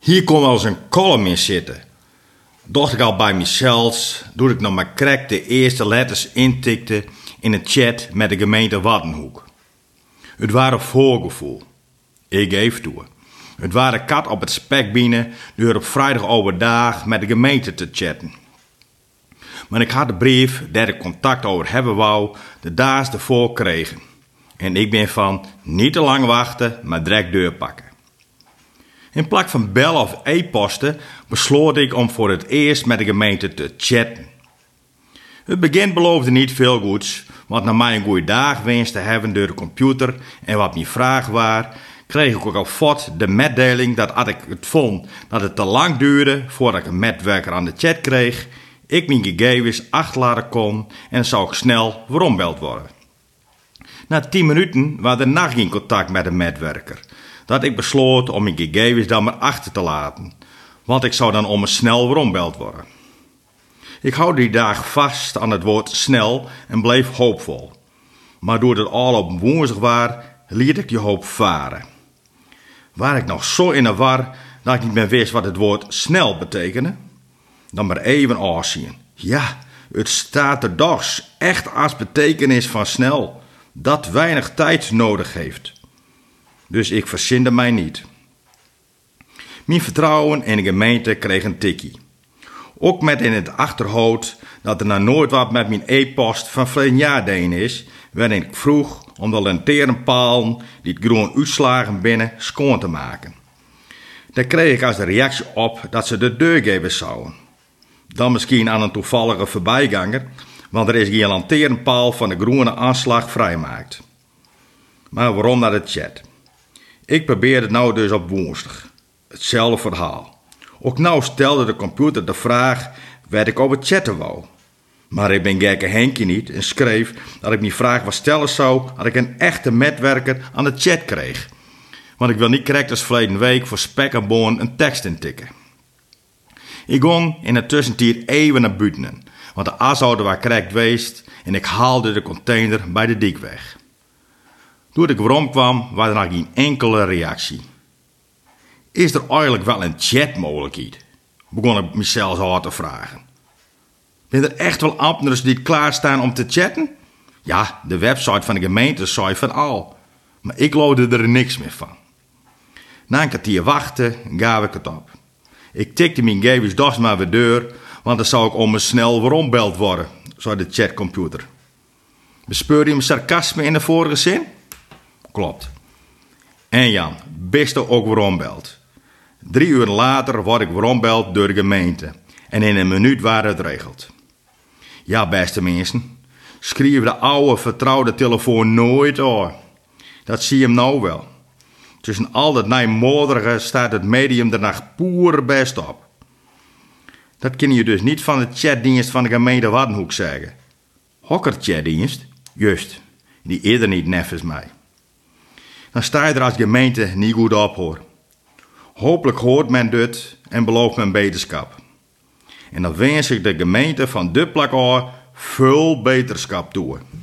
Hier kon wel eens een column in zitten. Dacht ik al bij mezelf, toen ik nog maar krek de eerste letters intikte in een chat met de gemeente Waddenhoek. Het waren voorgevoel. Ik geef toe. Het waren kat op het spek binnen door op vrijdag overdag met de gemeente te chatten. Maar ik had de brief daar ik contact over hebben wou, de daas ervoor kregen. En ik ben van niet te lang wachten, maar direct deurpakken. In plaats van bellen of e-posten besloot ik om voor het eerst met de gemeente te chatten. Het begin beloofde niet veel goeds, want na mij een goede dag wenste te hebben door de computer en wat mijn vraag was, kreeg ik ook al vlot de meddeling dat als ik het vond dat het te lang duurde voordat ik een medewerker aan de chat kreeg, ik mijn gegevens achterlaten kon en zou ik snel weerombeld worden. Na 10 minuten was er nog geen contact met de medewerker, dat ik besloot om mijn gegevens dan maar achter te laten, want ik zou dan om een snel weerombeld worden. Ik hou die dag vast aan het woord snel en bleef hoopvol. Maar doordat het al op woensdag was, liet ik die hoop varen. Waar ik nog zo in de war dat ik niet meer wist wat het woord snel betekende, dan maar even aanzien. Ja, het staat er dus echt als betekenis van snel, dat weinig tijd nodig heeft. Dus ik verzinde mij niet. Mijn vertrouwen in de gemeente kreeg een tikkie. Ook met in het achterhoofd dat er nou nooit wat met mijn e-post van verleden jaar deen is, waarin ik vroeg om de lantaarnpalen die het groen uitslagen binnen schoon te maken. Daar kreeg ik als de reactie op dat ze de deur geven zouden. Dan misschien aan een toevallige voorbijganger, want er is geen lantaarnpaal van de groene aanslag vrijmaakt. Maar waarom naar de chat? Ik probeerde het nou dus op woensdag. Hetzelfde verhaal. Ook nou stelde de computer de vraag waar ik over chatten wou. Maar ik ben gekke Henkje niet en schreef dat ik mijn vraag wat stellen zou als ik een echte medewerker aan de chat kreeg. Want ik wil niet correct als verleden week voor spek en boon een tekst intikken. Ik ging in de tussentijd even naar buiten, want de asoude was correct geweest en ik haalde de container bij de dik weg. Toen ik weer kwam, was er nog geen enkele reactie. Is er eigenlijk wel een chatmogelijkheid? Begon ik mezelf al te vragen. Ben er echt wel ambtenaren die klaarstaan om te chatten? Ja, de website van de gemeente zei van al. Maar ik geloofde er niks meer van. Na een kwartier wachten gaf ik het op. Ik tikte mijn gegevens dus maar weer deur, want dan zou ik om me snel weerombeld worden, zei de chatcomputer. Bespeurde je mijn sarcasme in de vorige zin? Klopt. En Jan, bist er ook weerombeld. 3 uur later word ik weerombeld door de gemeente. En in een minuut waren het regeld. Ja, beste mensen. Schreef de oude vertrouwde telefoon nooit aan. Dat zie je hem nou wel. Tussen al dat nijmoedige staat het medium er nog poer best op. Dat kun je dus niet van de chatdienst van de gemeente Waddenhoek zeggen. Hokker chatdienst? Juist. Die eerder niet neffens mij. Dan sta je er als gemeente niet goed op hoor. Hopelijk hoort men dit en belooft men beterschap. En dan wens ik de gemeente van de plak af veel beterschap toe.